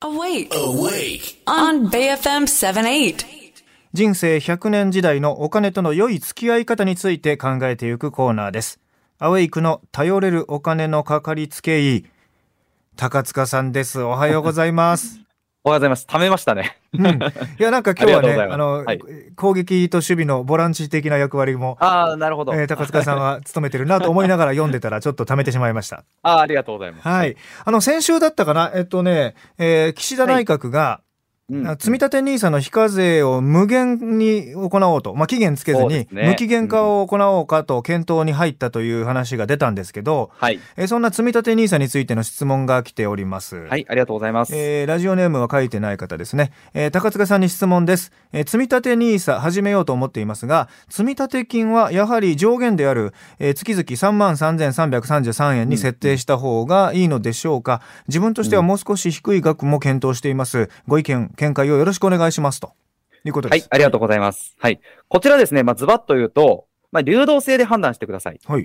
Awake on BFM 78. 人生100年時代のお金との良い付き合い方について考えていくコーナーです。アウェイクの頼れるお金のかかりつけ医、高塚さんです。おはようございます。 おはようございます。貯めましたね。 いや、なんか今日はね、 はい、 攻撃と守備のボランチ的な役割も、 なるほど。 高塚さんは務めてるなと思いながら読んでたらちょっと貯めてしまいました。 ありがとうございます。 はい。先週だったかな、岸田内閣が、積立 NISA の非課税を無限に行おうと、期限つけずに無期限化を行おうかと検討に入ったという話が出たんですけど、そんな積立 NISA についての質問が来ております。 はい、ありがとうございます。 ラジオネームは書いてない方ですね。高塚さんに質問です。積立 NISA 始めようと思っていますが、積立金はやはり上限である、月々 33,333 円に設定した方がいいのでしょうか。自分としてはもう少し低い額も検討しています。ご意見見解をよろしくお願いしますということです。 はい、ありがとうございます。はい、こちらですね、ズバッと言うと、流動性で判断してください。 はい。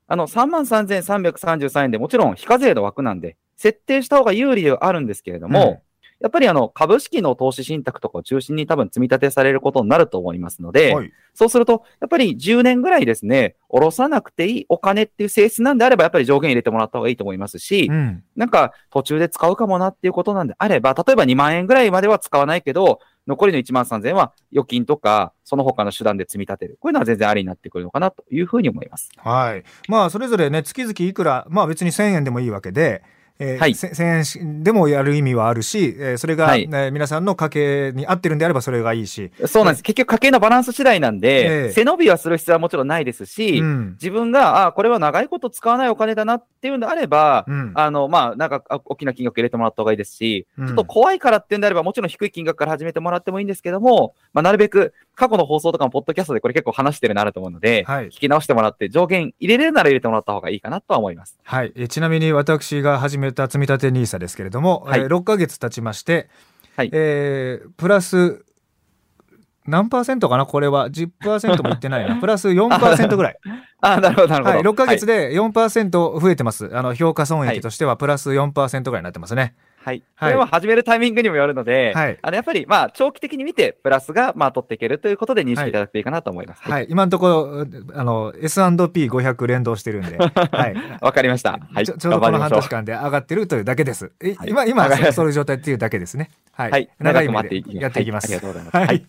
33,333 円でもちろん非課税の枠なんで、設定した方が有利ではあるんですけれども、やっぱり株式の投資信託とかを中心に多分積み立てされることになると思いますので、そうすると、やっぱり10年ぐらいですね、下ろさなくていいお金っていう性質なんであれば、やっぱり上限入れてもらった方がいいと思いますし、なんか途中で使うかもなっていうことなんであれば、例えば2万円ぐらいまでは使わないけど、残りの1万3000円は預金とか、その他の手段で積み立てる。こういうのは全然ありになってくるのかなというふうに思います。 はい。それぞれね、月々いくら、別に1000円でもいいわけで、1000円でもやる意味はあるし、それが、皆さんの家計に合ってるんであればそれがいいし。 そうなんです。結局家計のバランス次第なんで、背伸びはする必要はもちろんないですし、自分が、これは長いこと使わないお金だなっていうんであれば、なんか大きな金額入れてもらった方がいいですし、ちょっと怖いからっていうんであれば、もちろん低い金額から始めてもらってもいいんですけども、なるべく過去の放送とかもポッドキャストでこれ結構話してるなると思うので、聞き直してもらって上限入れれるなら入れてもらった方がいいかなとは思います。 はい。ちなみに私が始めた積立 NISA ですけれども、6ヶ月経ちまして、プラス何%かな、これは 10% もいってないなプラス 4% ぐらいなるほどなるほど。 6ヶ月で 4% 増えてます。評価損益としてはプラス 4% ぐらいになってますね。 はい。これは始めるタイミングにもよるので、やっぱり長期的に見てプラスが取っていけるということで認識いただくといいかなと思います。 はい。今のところS&P500 連動してるんで、 わかりました。はい。 ちょうどこの半年間で上がってるというだけです。今そういう状態っていうだけですね。 はい。長い目でやっていきます。ありがとうございます。はい。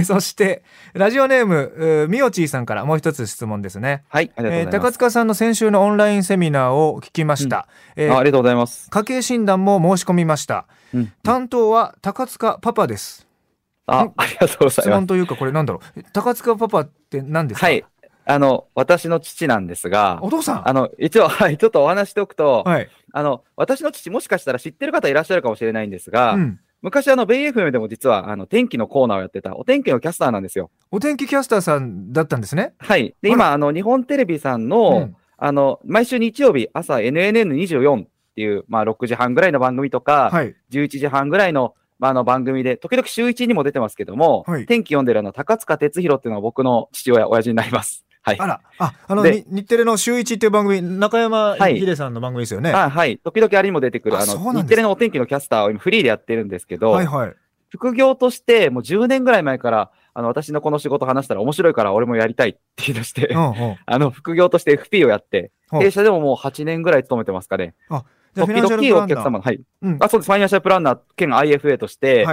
そしてラジオネームみおちーさんからもう一つ質問ですね。 はい。ありがとうございます。 高塚さんの先週のオンラインセミナーを聞きました。 ありがとうございます。 家計診断も申し込みました。担当は高塚パパです。 ありがとうございます。 質問というかこれなんだろう。高塚パパって何ですか？ はい。私の父なんですが、 お父さん。 一応、ちょっとお話しておくと、私の父もしかしたら知ってる方いらっしゃるかもしれないんですが、昔ベイ FM でも実は天気のコーナーをやってたお天気のキャスターなんですよ。 お天気キャスターさんだったんですね。 はい。で、今、日本テレビさんの、毎週日曜日朝 NNN24 っていう、6時半ぐらいの番組とか、11時半ぐらいの、番組で、時々週1にも出てますけども、天気読んでる高塚哲弘っていうのは僕の親父になります。はい。 日テレの週一っていう番組、中山秀さんの番組ですよね。 はい。時々あれにも出てくる、日テレのお天気のキャスターを今フリーでやってるんですけど、副業としてもう10年ぐらい前から、私のこの仕事話したら面白いから俺もやりたいって言い出して、副業として FP をやって、弊社でももう8年ぐらい勤めてますかね。時々お客様の、そうです、ファイナンシャルプランナー兼 IFA として、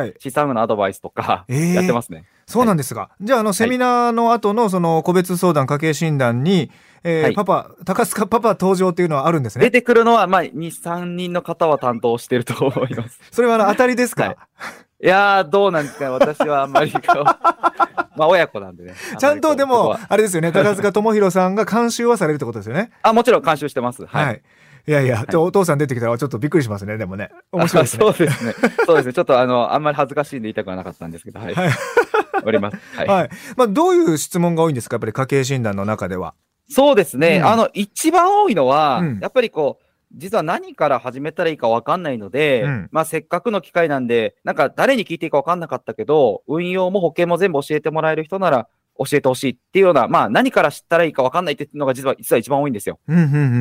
資産運のアドバイスとかやってますね。 そうなんですが。じゃあ、セミナーの後のその個別相談、家計診断に、高塚パパ登場っていうのはあるんですね。 出てくるのは、2、3人の方は担当してると思います。 それは当たりですか？ いやー、どうなんですか？私はあんまり親子なんでね。 ちゃんとでも、あれですよね、高塚智弘さんが監修はされるってことですよね。 もちろん監修してます。 はい。いやいや、お父さん出てきたらちょっとびっくりしますね、でもね。面白いですね。 そうですね。そうですね。ちょっとあんまり恥ずかしいんで言いたくはなかったんですけど、はい。おります。 はい。どういう質問が多いんですか？やっぱり家計診断の中では。 そうですね。一番多いのは、やっぱり実は何から始めたらいいか分かんないので、せっかくの機会なんで、なんか誰に聞いていいか分かんなかったけど、運用も保険も全部教えてもらえる人なら教えてほしいっていうような、何から知ったらいいか分かんないっていうのが実は一番多いんですよ。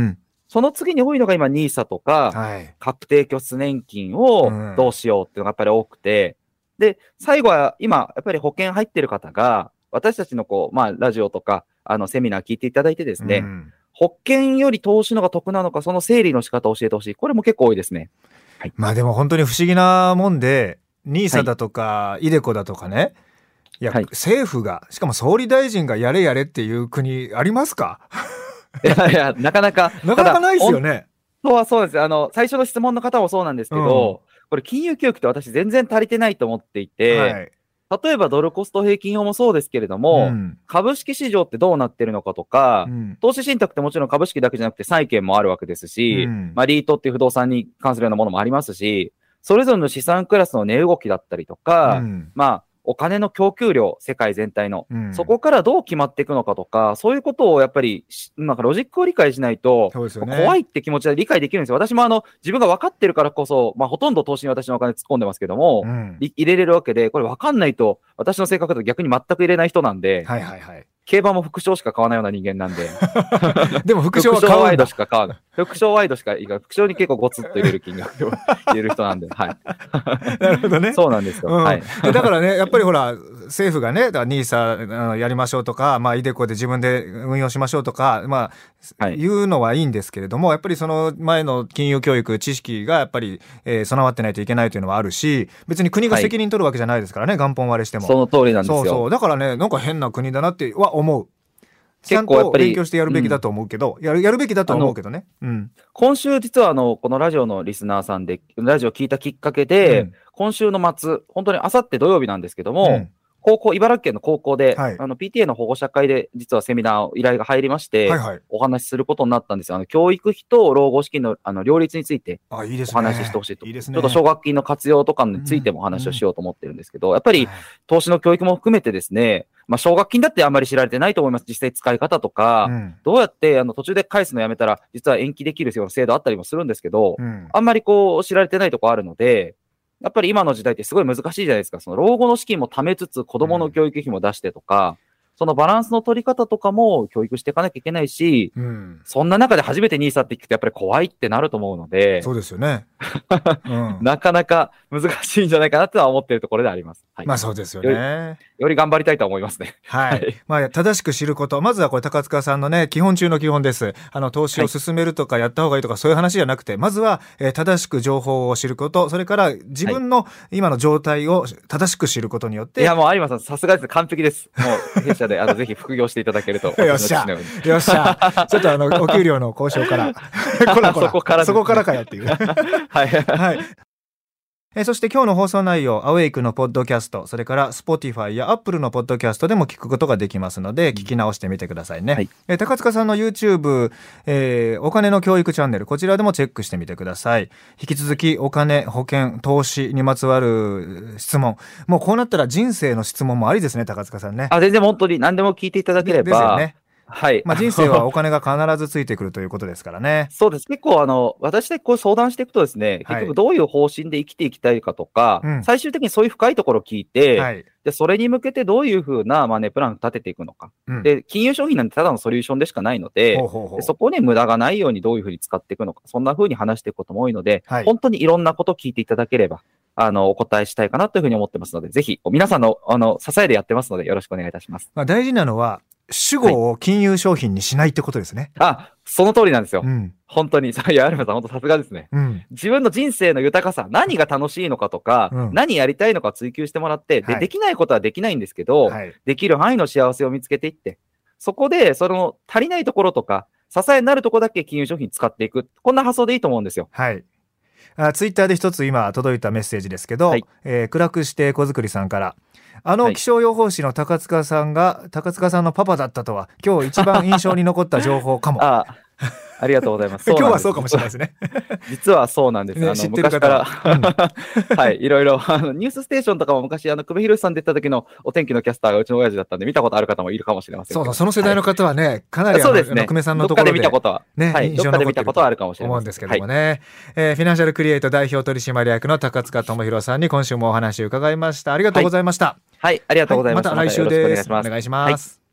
その次に多いのが今 NISA とか、 はい。 確定拠出年金をどうしようっていうのがやっぱり多くて、で、最後は今、やっぱり保険入ってる方が、私たちのラジオとか、セミナー聞いていただいてですね、保険より投資のが得なのか、その整理の仕方を教えてほしい。これも結構多いですね。はい、 まあでも本当に不思議なもんで、NISA だとか、iDeCo だとかね、いや、政府が、しかも総理大臣がやれやれっていう国ありますか？ いや、なかなか。 なかなかないですよね。 そうです。最初の質問の方もそうなんですけど、これ金融教育って私全然足りてないと思っていて、例えばドルコスト平均法もそうですけれども、株式市場ってどうなってるのかとか、投資信託ってもちろん株式だけじゃなくて債券もあるわけですし、リートっていう不動産に関するようなものもありますし、それぞれの資産クラスの値動きだったりとか、お金の供給量、世界全体の、そこからどう決まっていくのかとか、そういうことをやっぱり、なんかロジックを理解しないと、怖いって気持ちで理解できるんですよ。私も自分が分かってるからこそ、ほとんど投資に私のお金突っ込んでますけども、入れれるわけで、これ分かんないと、私の性格だと逆に全く入れない人なんで、競馬も副賞しか買わないような人間なんで。 でも副賞は買ワイドしか買わない。副賞ワイドしかいいから、副賞に結構ゴツッと入れる金額を入れる人なんで。はい。 なるほどね。 そうなんですよ。はい。 だからね、やっぱりほら、政府がね、NISA やりましょうとか、iDeCo で自分で運用しましょうとか、言うのはいいんですけれども、やっぱりその前の金融教育、知識がやっぱり、備わってないといけないというのはあるし、別に国が責任取るわけじゃないですからね、元本割れしても。 その通りなんですよ。 そう。だからね、なんか変な国だなっては思う。ちゃんと勉強してやるべきだと思うけど、やるべきだと思うけどね。 今週実はこのラジオのリスナーさんで、ラジオ聞いたきっかけで、今週の末、本当にあさって土曜日なんですけども、茨城県の高校で、PTA の保護者会で実はセミナー依頼が入りまして、お話しすることになったんですよ。教育費と老後資金の両立についてお話ししてほしいと。ちょっと奨学金の活用とかについてもお話をしようと思ってるんですけど、やっぱり投資の教育も含めてですね、奨学金だってあんまり知られてないと思います。実際使い方とか、どうやって途中で返すのやめたら、実は延期できるような制度あったりもするんですけど、あんまり知られてないとこあるので、やっぱり今の時代ってすごい難しいじゃないですか。その老後の資金も貯めつつ子供の教育費も出してとか、そのバランスの取り方とかも教育していかなきゃいけないし、そんな中で初めて NISA って聞くとやっぱり怖いってなると思うので、 そうですよね。 なかなか難しいんじゃないかなとは思っているところであります。 そうですよね。 より頑張りたいと思いますね。 はい。正しく知ること。まずはこれ高塚さんのね、基本中の基本です。投資を進めるとかやった方がいいとかそういう話じゃなくて、まずは、正しく情報を知ること、それから自分の今の状態を正しく知ることによって。 いや、もう有馬さん、さすがです。完璧です。もう、弊社で、ぜひ副業していただけると。 よっしゃ。よっしゃ。ちょっとお給料の交渉から。そこからかよっていう。 はい。 はい。そして今日の放送内容、アウェイクのポッドキャスト、それから Spotify や Apple のポッドキャストでも聞くことができますので、聞き直してみてくださいね。高塚さんの YouTube、お金の教育チャンネル、こちらでもチェックしてみてください。引き続きお金、保険、投資にまつわる質問。もうこうなったら人生の質問もありですね、高塚さんね。 全然本当に何でも聞いていただければ。 ですよね。 はい。 人生はお金が必ずついてくるということですからね。 そうです。結構私で相談していくとですね、結局どういう方針で生きていきたいかとか、最終的にそういう深いところを聞いて、で、それに向けてどういうふうなマネープランを立てていくのか。で、金融商品なんてただのソリューションでしかないので、そこに無駄がないようにどういうふうに使っていくのか、そんなふうに話していくことも多いので、本当にいろんなことを聞いていただければ、お答えしたいかなというふうに思ってますので、ぜひ、皆さんの、支えでやってますので、よろしくお願いいたします。 大事なのは、主語を金融商品にしないってことですね。 その通りなんですよ。本当に。有馬さん、本当さすがですね。自分の人生の豊かさ、何が楽しいのかとか、何やりたいのか追求してもらって、できないことはできないんですけど、できる範囲の幸せを見つけていって、そこで、その足りないところとか、支えになるところだけ金融商品使っていく。こんな発想でいいと思うんですよ。 はい。ツイッターで一つ今届いたメッセージですけど、暗くして子作りさんから、気象予報士の高塚さんが高塚さんのパパだったとは今日一番印象に残った情報かも。 ありがとうございます。 今日はそうかもしれないですね。 実はそうなんです。 知ってる方はい、いろいろ、ニュースステーションとかも昔、久米宏さん出た時のお天気のキャスターがうちの親父だったんで、見たことある方もいるかもしれません。 その世代の方はね、かなりそうですね。 久米さんのところでどっかで見たことは、 印象に残ってるとあるかもしれない思うんですけどもね。フィナンシャルクリエイト代表取締役の高塚智博さんに今週もお話を伺いました。ありがとうございました。 はい、ありがとうございました。 また来週です。お願いします。